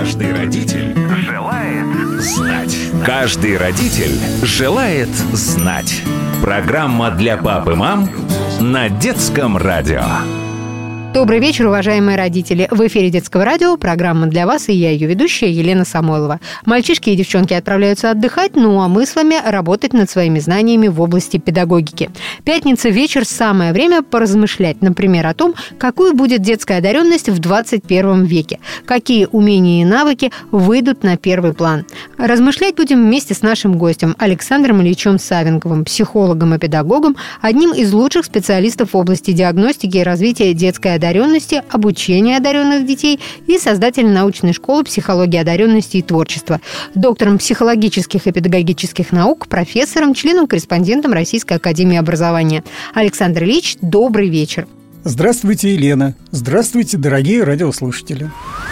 Каждый родитель желает знать. Каждый родитель желает знать. Программа для пап и мам на Детском радио. Добрый вечер, уважаемые родители. В эфире Детского радио программа для вас, и я, ее ведущая, Елена Самойлова. Мальчишки и девчонки отправляются отдыхать, ну а мы с вами работать над своими знаниями в области педагогики. Пятница вечер – самое время поразмышлять, например, о том, какую будет детская одаренность в 21 веке, какие умения и навыки выйдут на первый план. Размышлять будем вместе с нашим гостем Александром Ильичем Савенковым, психологом и педагогом, одним из лучших специалистов в области диагностики и развития детской одаренности, обучения одаренных детей и создателем научной школы психологии одаренности и творчества, доктором психологических и педагогических наук, профессором, членом-корреспондентом Российской академии образования. Александр Ильич, добрый вечер. Здравствуйте, Елена. Здравствуйте, дорогие радиослушатели.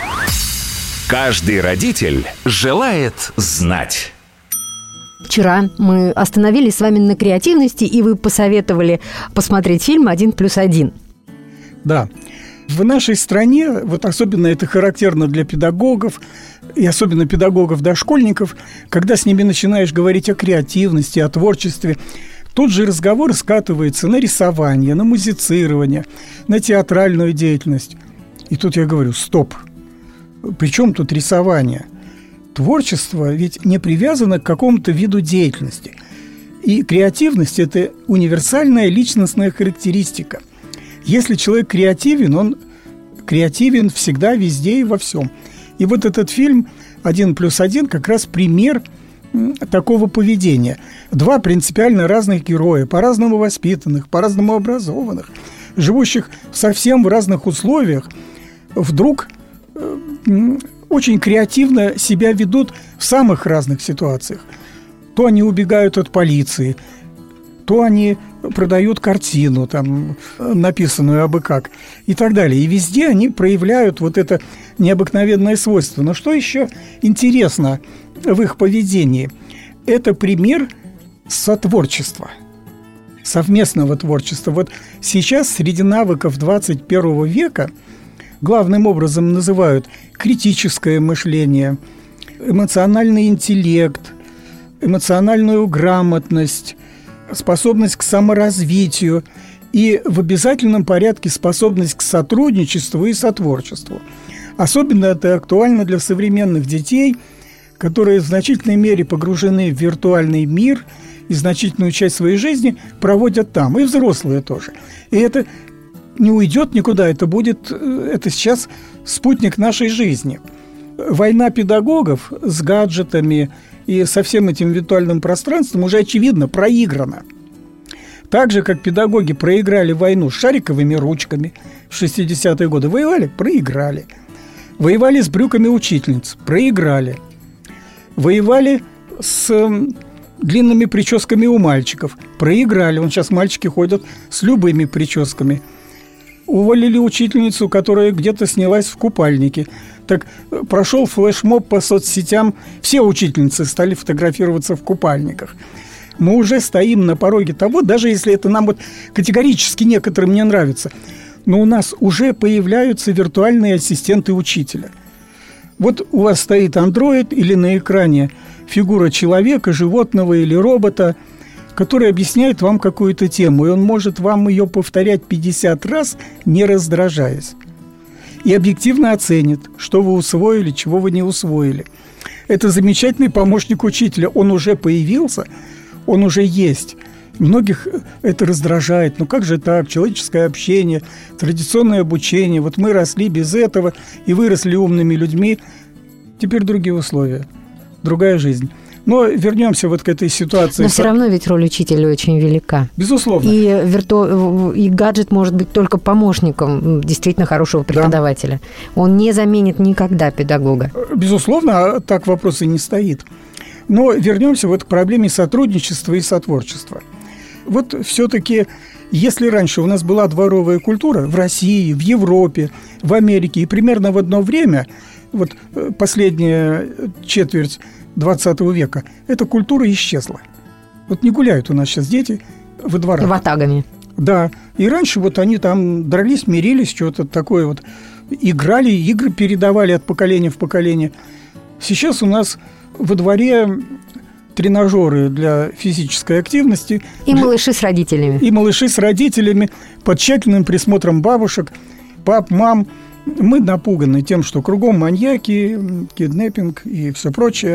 Каждый родитель желает знать. Вчера мы остановились с вами на креативности, и вы посоветовали посмотреть фильм «1+1». Да. В нашей стране, вот особенно это характерно для педагогов, и особенно педагогов дошкольников, когда с ними начинаешь говорить о креативности, о творчестве, тот же разговор скатывается на рисование, на музицирование, на театральную деятельность. И тут я говорю: стоп, при чем тут рисование? Творчество ведь не привязано к какому-то виду деятельности. И креативность – это универсальная личностная характеристика. Если человек креативен, он креативен всегда, везде и во всем. И вот этот фильм «1+1» как раз пример такого поведения. Два принципиально разных героя, по-разному воспитанных, по-разному образованных, живущих совсем в разных условиях, вдруг очень креативно себя ведут в самых разных ситуациях. То они убегают от полиции, то они продают картину, там, написанную абы как, и так далее. И везде они проявляют вот это необыкновенное свойство. Но что еще интересно в их поведении? Это пример сотворчества, совместного творчества. Вот сейчас среди навыков 21 века главным образом называют критическое мышление, эмоциональный интеллект, эмоциональную грамотность, способность к саморазвитию и в обязательном порядке способность к сотрудничеству и сотворчеству. Особенно это актуально для современных детей, которые в значительной мере погружены в виртуальный мир и значительную часть своей жизни проводят там, и взрослые тоже. И это не уйдет никуда, это сейчас спутник нашей жизни. Война педагогов с гаджетами и со всем этим виртуальным пространством уже, очевидно, проиграна. Так же, как педагоги проиграли войну с шариковыми ручками в 60-е годы. Воевали? Проиграли. Воевали с брюками учительниц? Проиграли. Воевали с длинными прическами у мальчиков? Проиграли. Вон сейчас мальчики ходят с любыми прическами. Уволили учительницу, которая где-то снялась в купальнике. Так прошел флешмоб по соцсетям, все учительницы стали фотографироваться в купальниках. Мы уже стоим на пороге того, даже если это нам вот категорически некоторым не нравится, но у нас уже появляются виртуальные ассистенты учителя. Вот у вас стоит андроид или на экране фигура человека, животного или робота, который объясняет вам какую-то тему, и он может вам ее повторять 50 раз, не раздражаясь. И объективно оценит, что вы усвоили, чего вы не усвоили. Это замечательный помощник учителя. Он уже появился, он уже есть. Многих это раздражает. Ну как же так? Человеческое общение, традиционное обучение. Вот мы росли без этого и выросли умными людьми. Теперь другие условия, другая жизнь. Но вернемся вот к этой ситуации. Но все равно ведь роль учителя очень велика. Безусловно. И гаджет может быть только помощником действительно хорошего преподавателя. Да. Он не заменит никогда педагога. Безусловно, так вопрос и не стоит. Но вернемся вот к проблеме сотрудничества и сотворчества. Вот все-таки, если раньше у нас была дворовая культура в России, в Европе, в Америке, и примерно в одно время, вот последняя четверть 20 века, эта культура исчезла. Вот не гуляют у нас сейчас дети во дворах. Ватагами. Да. И раньше вот они там дрались, мирились, что-то такое вот играли, игры передавали от поколения в поколение. Сейчас у нас во дворе тренажеры для физической активности. И малыши с родителями. И малыши с родителями под тщательным присмотром бабушек, пап, мам. Мы напуганы тем, что кругом маньяки, киднеппинг и все прочее.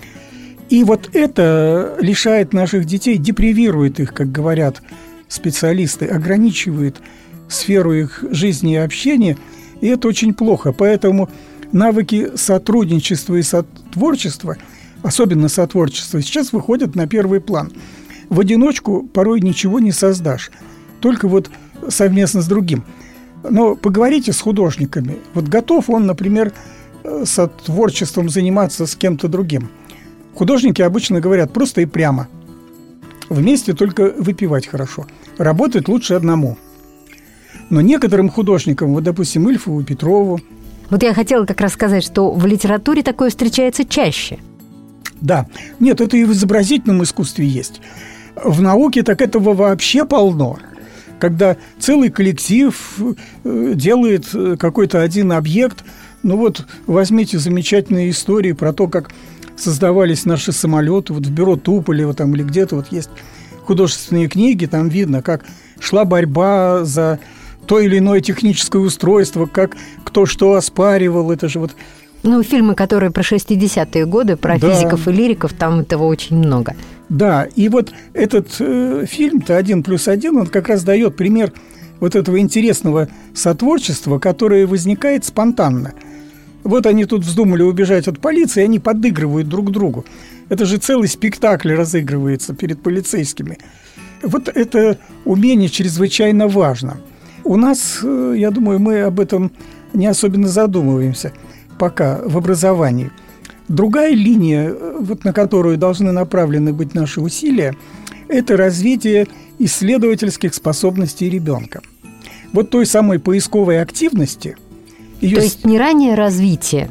И вот это лишает наших детей, депривирует их, как говорят специалисты, ограничивает сферу их жизни и общения. И это очень плохо. Поэтому навыки сотрудничества и сотворчества, особенно сотворчество, сейчас выходят на первый план. В одиночку порой ничего не создашь, только вот совместно с другим. Но поговорите с художниками. Вот готов он, например, сотворчеством заниматься с кем-то другим. Художники обычно говорят просто и прямо. Вместе только выпивать хорошо. Работать лучше одному. Но некоторым художникам, вот, допустим, Ильфову, Петрову... Вот я хотела как раз сказать, что в литературе такое встречается чаще. Да. Нет, это и в изобразительном искусстве есть. В науке так этого вообще полно. Когда целый коллектив делает какой-то один объект. Ну вот возьмите замечательные истории про то, как создавались наши самолеты. Вот в бюро Туполева там или где-то вот есть художественные книги. Там видно, как шла борьба за то или иное техническое устройство, как кто что оспаривал. Это же вот... Ну, фильмы, которые про 60-е годы, про физиков и лириков, там этого очень много. Да, и вот этот фильм-то «1+1», он как раз дает пример вот этого интересного сотворчества, которое возникает спонтанно. Вот они тут вздумали убежать от полиции, они подыгрывают друг другу. Это же целый спектакль разыгрывается перед полицейскими. Вот это умение чрезвычайно важно. У нас, я думаю, мы об этом не особенно задумываемся пока в образовании. Другая линия, вот на которую должны направлены быть наши усилия, это развитие исследовательских способностей ребенка. Вот той самой поисковой активности. То есть не ранее развитие,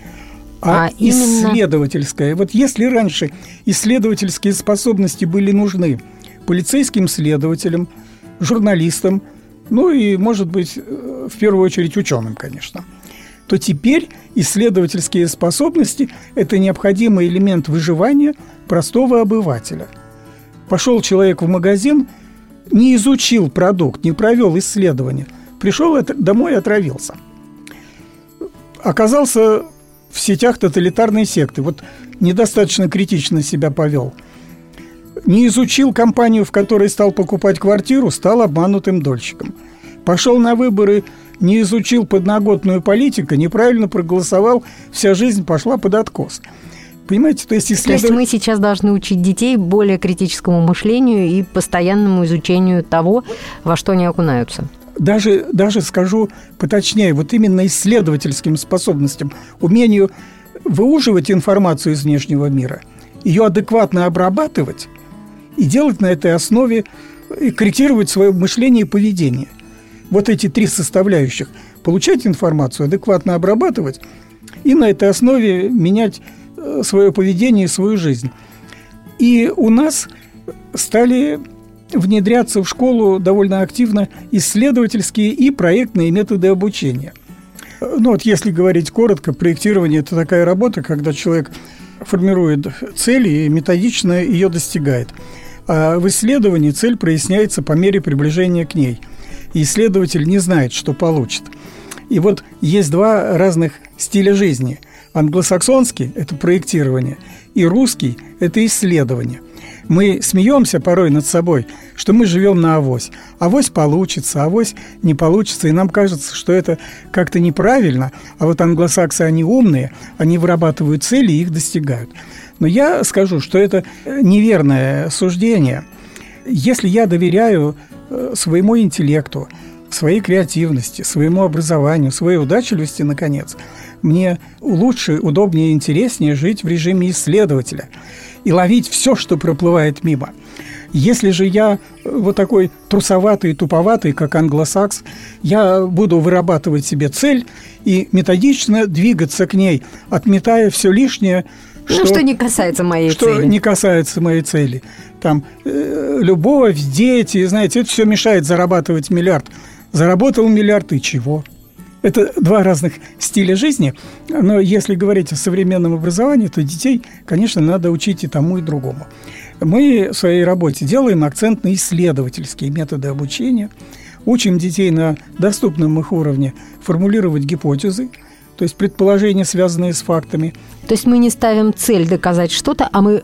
а именно исследовательское. Вот если раньше исследовательские способности были нужны полицейским следователям, журналистам, ну и, может быть, в первую очередь ученым, конечно, то теперь исследовательские способности – это необходимый элемент выживания простого обывателя. Пошел человек в магазин, не изучил продукт, не провел исследование, пришел домой и отравился. Оказался в сетях тоталитарной секты, вот недостаточно критично себя повел. Не изучил компанию, в которой стал покупать квартиру, стал обманутым дольщиком. Пошел на выборы, не изучил подноготную политику, неправильно проголосовал, вся жизнь пошла под откос. Понимаете, то есть То есть мы сейчас должны учить детей более критическому мышлению и постоянному изучению того, во что они окунаются. Даже скажу поточнее, вот именно исследовательским способностям, умению выуживать информацию из внешнего мира, ее адекватно обрабатывать и делать на этой основе, и корректировать свое мышление и поведение. Вот эти три составляющих. Получать информацию, адекватно обрабатывать и на этой основе менять свое поведение и свою жизнь. И у нас стали внедряться в школу довольно активно исследовательские и проектные методы обучения. Ну вот если говорить коротко, проектирование – это такая работа, когда человек формирует цель и методично ее достигает. А в исследовании цель проясняется по мере приближения к ней. И исследователь не знает, что получит. И вот есть два разных стиля жизни. Англосаксонский – это проектирование, и русский – это исследование. Мы смеемся порой над собой, что мы живем на авось. Авось получится, авось не получится, и нам кажется, что это как-то неправильно. А вот англосаксы, они умные, они вырабатывают цели и их достигают. Но я скажу, что это неверное суждение. Если я доверяю своему интеллекту, своей креативности, своему образованию, своей удачливости, наконец, мне лучше, удобнее и интереснее жить в режиме исследователя и ловить все, что проплывает мимо. Если же я вот такой трусоватый, туповатый, как англосакс, я буду вырабатывать себе цель и методично двигаться к ней, отметая все лишнее, что не касается моей цели. Что не касается моей цели. Там любовь, дети, знаете, это все мешает зарабатывать миллиард. Заработал миллиард, и чего? Это два разных стиля жизни, но если говорить о современном образовании, то детей, конечно, надо учить и тому, и другому. Мы в своей работе делаем акцент на исследовательские методы обучения, учим детей на доступном их уровне формулировать гипотезы, то есть предположения, связанные с фактами. То есть мы не ставим цель доказать что-то, а мы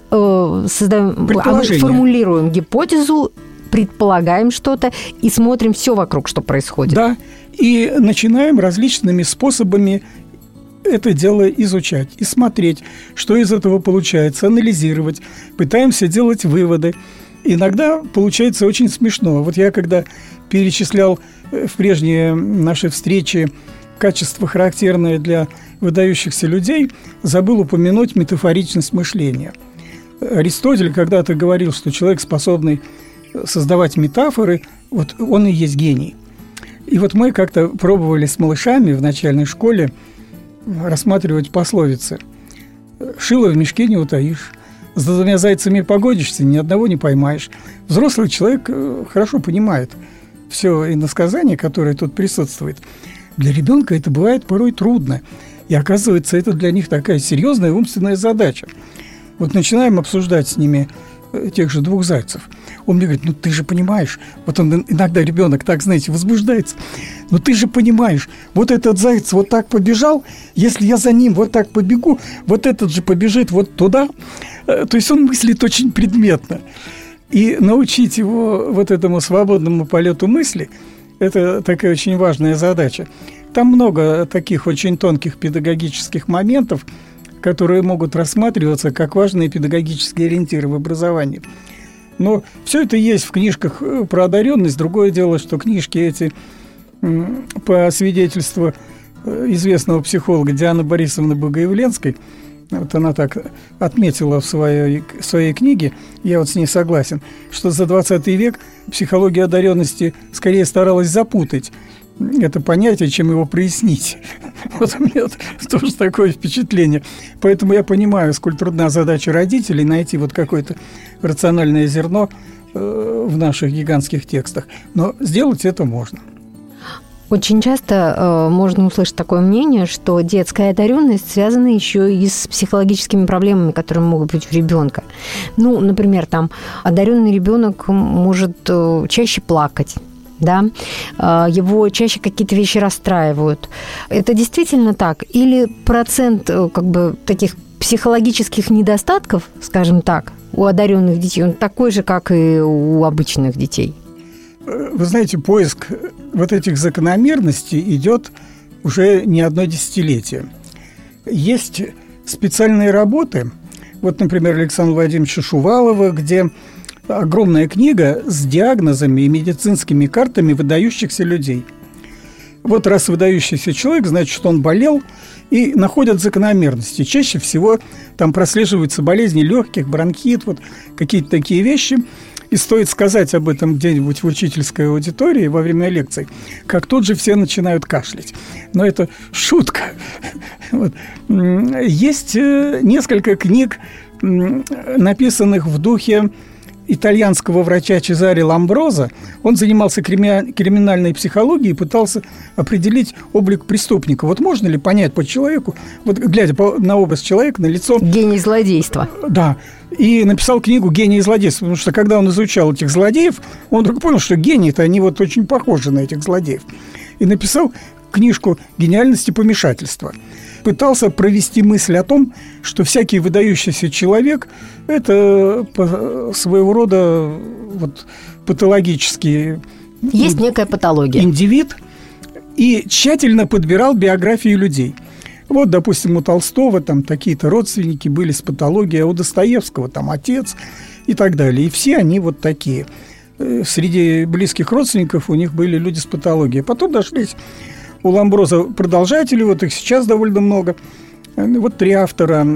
формулируем гипотезу, предполагаем что-то и смотрим все вокруг, что происходит. Да, и начинаем различными способами это дело изучать и смотреть, что из этого получается, анализировать, пытаемся делать выводы. Иногда получается очень смешно. Вот я когда перечислял в прежние наши встречи качества, характерные для выдающихся людей, забыл упомянуть метафоричность мышления. Аристотель когда-то говорил, что человек, способный создавать метафоры, вот он и есть гений. И вот мы как-то пробовали с малышами в начальной школе рассматривать пословицы. «Шило в мешке не утаишь», «С двумя зайцами погодишься, ни одного не поймаешь». Взрослый человек хорошо понимает все иносказание, которое тут присутствует. Для ребенка это бывает порой трудно. И оказывается, это для них такая серьезная умственная задача. Вот начинаем обсуждать с ними тех же двух зайцев. Он мне говорит: ну ты же понимаешь, вот он иногда, ребенок так, знаете, возбуждается, ну ты же понимаешь, вот этот заяц вот так побежал, если я за ним вот так побегу, вот этот же побежит вот туда. То есть он мыслит очень предметно. И научить его вот этому свободному полету мысли – это такая очень важная задача. Там много таких очень тонких педагогических моментов, которые могут рассматриваться как важные педагогические ориентиры в образовании. Но все это есть в книжках про одаренность. Другое дело, что книжки эти, по свидетельству известного психолога Дианы Борисовны Богоявленской, вот она так отметила в своей книге, я вот с ней согласен, что за 20 век психология одаренности скорее старалась запутать это понятие, чем его прояснить. Вот у меня тоже такое впечатление. Поэтому я понимаю, сколь трудна задача родителей найти вот какое-то рациональное зерно в наших гигантских текстах. Но сделать это можно. Очень часто можно услышать такое мнение, что детская одаренность связана еще и с психологическими проблемами, которые могут быть у ребенка. Ну, например, там одаренный ребенок может чаще плакать. Да, его чаще какие-то вещи расстраивают. Это действительно так? Или процент как бы таких психологических недостатков, скажем так, у одаренных детей, он такой же, как и у обычных детей? Вы знаете, поиск вот этих закономерностей идет уже не одно десятилетие. Есть специальные работы, вот, например, Александра Владимировича Шувалова, где огромная книга с диагнозами и медицинскими картами выдающихся людей. Вот раз выдающийся человек, значит, что он болел, и находят закономерности. Чаще всего там прослеживаются болезни легких, бронхит, вот какие-то такие вещи. И стоит сказать об этом где-нибудь в учительской аудитории во время лекций, как тут же все начинают кашлять. Но это шутка. Вот. Есть несколько книг, написанных в духе итальянского врача Чезаре Ламброза. Он занимался криминальной психологией и пытался определить облик преступника. Вот можно ли понять по человеку, вот глядя на образ человека, на лицо... Гений злодейства. Да. И написал книгу «Гений злодейства», потому что когда он изучал этих злодеев, он вдруг понял, что гении-то они вот очень похожи на этих злодеев. И написал книжку «Гениальность и помешательство». Пытался провести мысль о том, что всякий выдающийся человек – это своего рода вот патологический есть некая патология. Индивид, и тщательно подбирал биографии людей. Вот, допустим, у Толстого там такие-то родственники были с патологией, а у Достоевского там отец и так далее. И все они вот такие. Среди близких родственников у них были люди с патологией. Потом дошлись у Ламброза продолжатели, вот их сейчас довольно много. Вот 3 автора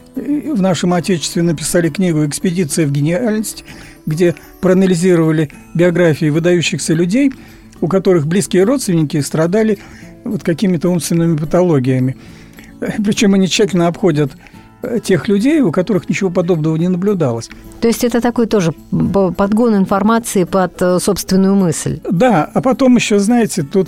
в нашем Отечестве написали книгу «Экспедиция в гениальность», где проанализировали биографии выдающихся людей, у которых близкие родственники страдали вот какими-то умственными патологиями. Причем они тщательно обходят тех людей, у которых ничего подобного не наблюдалось. То есть это такой тоже подгон информации под собственную мысль. Да, а потом еще, знаете, тут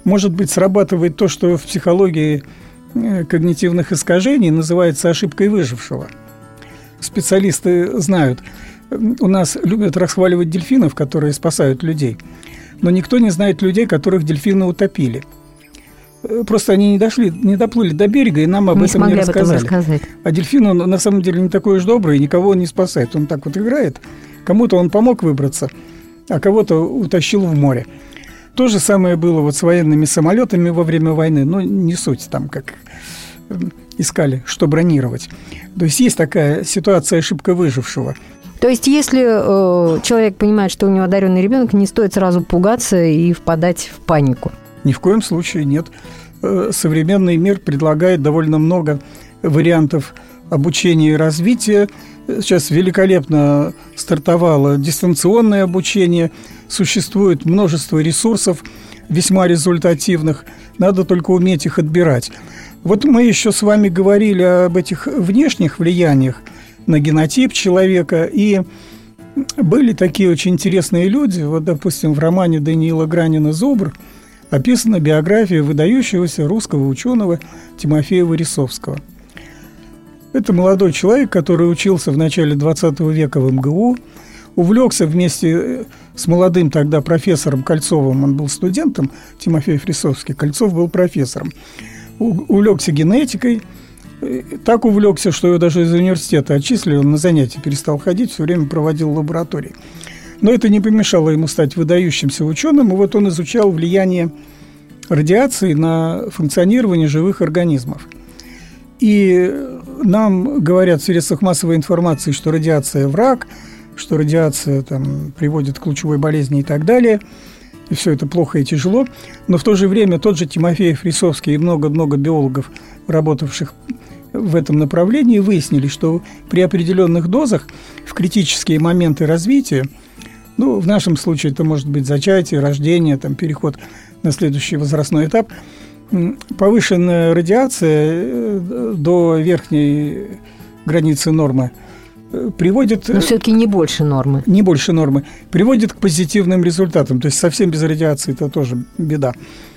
может быть, срабатывает то, что в психологии когнитивных искажений называется ошибкой выжившего. Специалисты знают, у нас любят расхваливать дельфинов, которые спасают людей, но никто не знает людей, которых дельфины утопили. Просто они не доплыли до берега, и нам об этом не рассказали. А дельфин, он на самом деле не такой уж добрый, и никого он не спасает. Он так вот играет. Кому-то он помог выбраться, а кого-то утащил в море. То же самое было вот с военными самолетами во время войны. Но не суть там, как искали, что бронировать. То есть есть такая ситуация ошибка выжившего. То есть, если человек понимает, что у него одаренный ребенок, не стоит сразу пугаться и впадать в панику? Ни в коем случае нет. Современный мир предлагает довольно много вариантов обучения и развития. Сейчас великолепно стартовало дистанционное обучение. Существует множество ресурсов весьма результативных. Надо только уметь их отбирать. Вот мы еще с вами говорили об этих внешних влияниях на генотип человека. И были такие очень интересные люди. Вот, допустим, в романе Даниила Гранина «Зубр» описана биография выдающегося русского ученого Тимофея Вырисовского. Это молодой человек, который учился в начале 20 века в МГУ, увлекся вместе с молодым тогда профессором Кольцовым, он был студентом, Тимофей Вырисовский, Кольцов был профессором, увлекся генетикой, так увлекся, что его даже из университета отчислили, он на занятия перестал ходить, все время проводил в лаборатории. Но это не помешало ему стать выдающимся ученым, и вот он изучал влияние радиации на функционирование живых организмов. И нам говорят в средствах массовой информации, что радиация – враг, что радиация там приводит к лучевой болезни и так далее, и все это плохо и тяжело. Но в то же время тот же Тимофей Вырисовский и много-много биологов, работавших в этом направлении, выяснили, что при определенных дозах в критические моменты развития, ну, в нашем случае это может быть зачатие, рождение, там, переход на следующий возрастной этап, повышенная радиация до верхней границы нормы приводит... Но все-таки не больше нормы. Не больше нормы. Приводит к позитивным результатам. То есть совсем без радиации это тоже беда.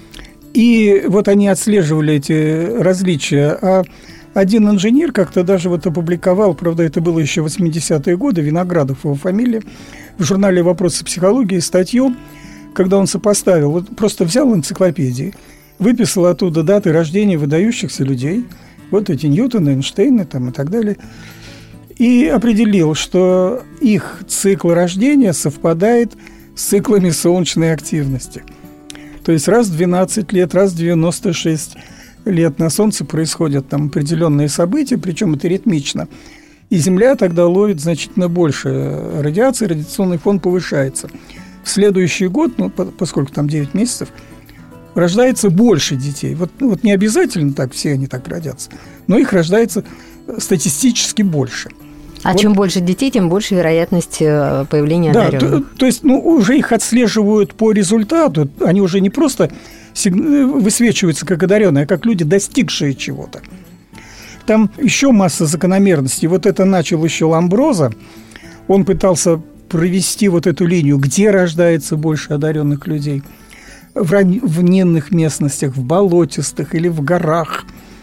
И вот они отслеживали эти различия. А один инженер как-то даже вот опубликовал, правда, это было еще 80-е годы, Виноградов его фамилия, в журнале «Вопросы психологии» статью, когда он сопоставил, вот просто взял энциклопедии, выписал оттуда даты рождения выдающихся людей, вот эти Ньютоны, Эйнштейны там, и так далее, и определил, что их цикл рождения совпадает с циклами солнечной активности. То есть раз в 12 лет, раз в 96 лет на Солнце происходят там определенные события, причем это ритмично. И Земля тогда ловит значительно больше радиации, радиационный фон повышается. В следующий год, ну, поскольку там 9 месяцев, рождается больше детей. Вот не обязательно так, все они так родятся, но их рождается статистически больше. А вот. Чем больше детей, тем больше вероятность появления одаренных. То есть уже их отслеживают по результату. Они уже не просто высвечиваются как одаренные, а как люди, достигшие чего-то. Там еще масса закономерностей. Вот это начал еще Ламброза. Он пытался провести вот эту линию, где рождается больше одаренных людей. В равнинных местностях, в болотистых или в горах.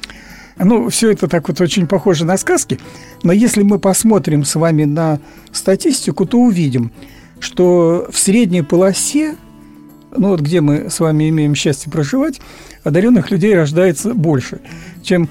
Ну, все это так вот очень похоже на сказки. Но если мы посмотрим с вами на статистику, то увидим, что в средней полосе, ну вот где мы с вами имеем счастье проживать, одаренных людей рождается больше, чем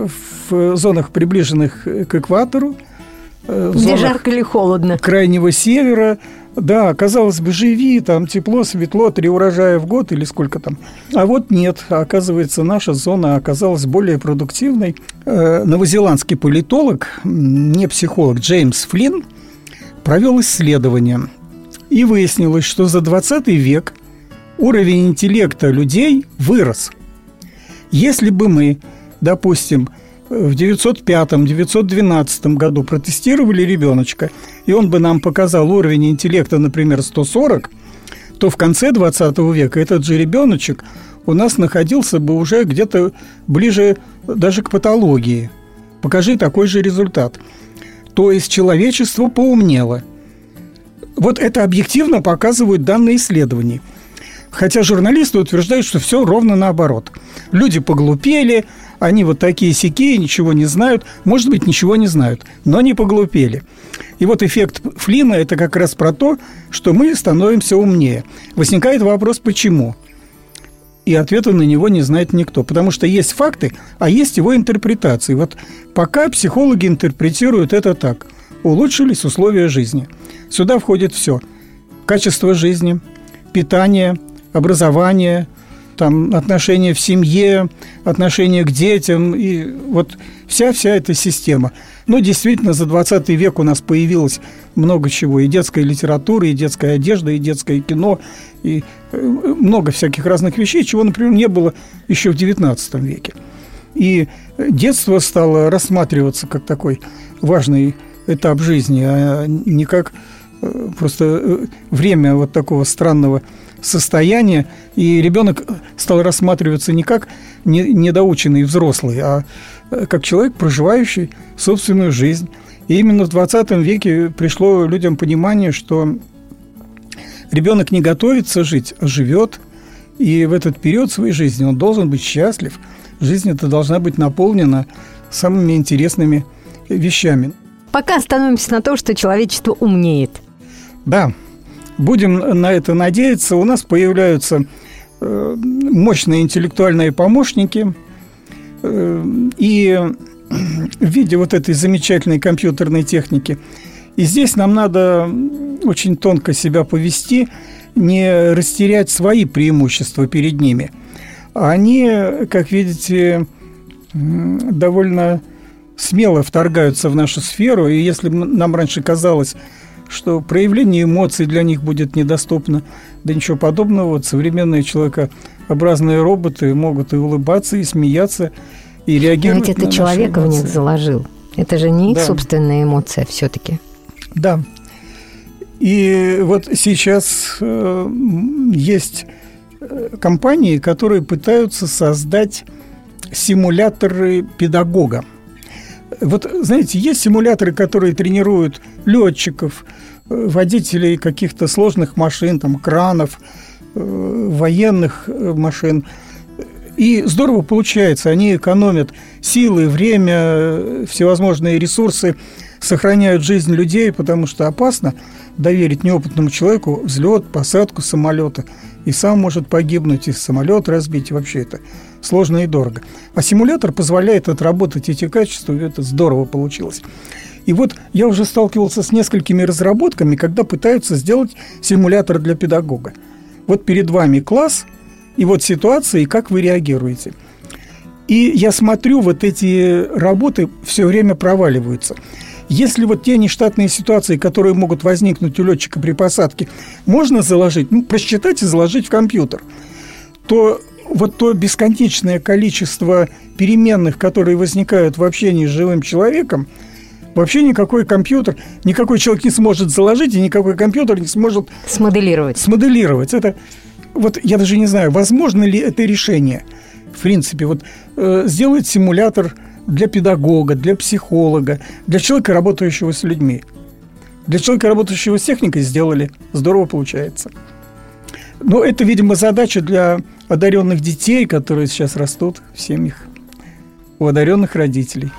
в зонах, приближенных к экватору, где жарко или холодно. Крайнего севера. Да, казалось бы, живи, там тепло, светло, 3 урожая в год или сколько там. А вот нет, оказывается, наша зона оказалась более продуктивной. Новозеландский политолог, не психолог, Джеймс Флинн провел исследование. И выяснилось, что за 20 век уровень интеллекта людей вырос. Если бы мы, допустим, в 905-912 году протестировали ребеночка, и он бы нам показал уровень интеллекта, например, 140, то в конце 20 века этот же ребеночек у нас находился бы уже где-то ближе даже к патологии. Покажи такой же результат. То есть человечество поумнело. Вот это объективно показывают данные исследований. Хотя журналисты утверждают, что все ровно наоборот. Люди поглупели, они вот такие-сякие, ничего не знают. Может быть, ничего не знают, но не поглупели. И вот эффект Флина – это как раз про то, что мы становимся умнее. Возникает вопрос, почему? И ответа на него не знает никто. Потому что есть факты, а есть его интерпретации. Вот пока психологи интерпретируют это так. Улучшились условия жизни. Сюда входит все. Качество жизни, питание, образование, там, отношения в семье, отношения к детям. И вот вся эта система. Но действительно, за 20 век у нас появилось много чего. И детская литература, и детская одежда, и детское кино, и много всяких разных вещей, чего, например, не было еще в XIX веке. И детство стало рассматриваться как такой важный этап жизни, а не как просто время вот такого странного состояния. И ребенок стал рассматриваться не как недоученный взрослый, а как человек, проживающий собственную жизнь. И именно в 20 веке пришло людям понимание, что ребенок не готовится жить, а живет. И в этот период своей жизни он должен быть счастлив. Жизнь эта должна быть наполнена самыми интересными вещами. Пока остановимся на том, что человечество умнеет. Да, будем на это надеяться. У нас появляются мощные интеллектуальные помощники. И в виде вот этой замечательной компьютерной техники. И здесь нам надо очень тонко себя повести, не растерять свои преимущества перед ними. Они, как видите, довольно смело вторгаются в нашу сферу. И если нам раньше казалось, что проявление эмоций для них будет недоступно, да ничего подобного. Вот современные человекообразные роботы могут и улыбаться, и смеяться, и реагировать. Ведь это человек в них заложил. Это же не их собственная эмоция все-таки. Да. И вот сейчас есть компании, которые пытаются создать симуляторы педагога. Вот, знаете, есть симуляторы, которые тренируют летчиков, водителей каких-то сложных машин, там, кранов, военных машин. И здорово получается. Они экономят силы, время, всевозможные ресурсы, сохраняют жизнь людей, потому что опасно доверить неопытному человеку взлет, посадку самолета. И сам может погибнуть, и самолет разбить, и вообще это сложно и дорого. А симулятор позволяет отработать эти качества, и это здорово получилось. И вот я уже сталкивался с несколькими разработками, когда пытаются сделать симулятор для педагога. Вот перед вами класс, и вот ситуация, и как вы реагируете. И я смотрю, вот эти работы все время проваливаются. Если вот те нештатные ситуации, которые могут возникнуть у летчика при посадке, можно заложить, просчитать и заложить в компьютер, то вот то бесконечное количество переменных, которые возникают в общении с живым человеком, вообще никакой компьютер, никакой человек не сможет заложить, и никакой компьютер не сможет смоделировать. Это, вот я даже не знаю, возможно ли это решение. В принципе, вот сделать симулятор для педагога, для психолога, для человека, работающего с людьми. Для человека, работающего с техникой, сделали. Здорово получается. Но это, видимо, задача для одаренных детей, которые сейчас растут в семьях у одаренных родителей.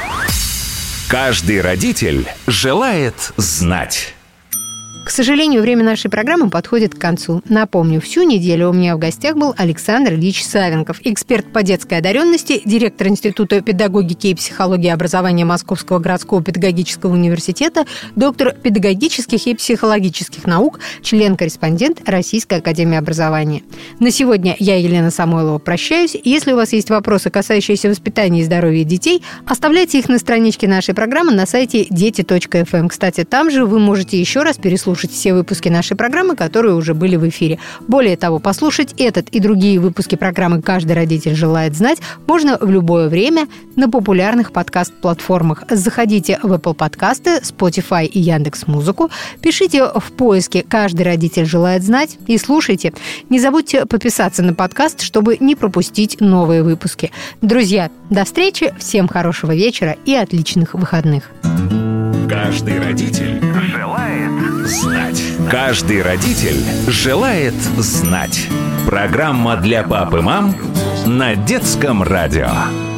Каждый родитель желает знать. К сожалению, время нашей программы подходит к концу. Напомню, всю неделю у меня в гостях был Александр Ильич Савенков, эксперт по детской одаренности, директор Института педагогики и психологии образования Московского городского педагогического университета, доктор педагогических и психологических наук, член-корреспондент Российской академии образования. На сегодня я, Елена Самойлова, прощаюсь. Если у вас есть вопросы, касающиеся воспитания и здоровья детей, оставляйте их на страничке нашей программы на сайте дети.фм. Кстати, там же вы можете еще раз переслушать все выпуски нашей программы, которые уже были в эфире. Более того, послушать этот и другие выпуски программы «Каждый родитель желает знать» можно в любое время на популярных подкаст-платформах. Заходите в Apple подкасты, Spotify и Яндекс.Музыку, пишите в поиске «Каждый родитель желает знать» и слушайте. Не забудьте подписаться на подкаст, чтобы не пропустить новые выпуски. Друзья, до встречи, всем хорошего вечера и отличных выходных. Каждый родитель желает знать. Каждый родитель желает знать. Программа для пап и мам на Детском радио.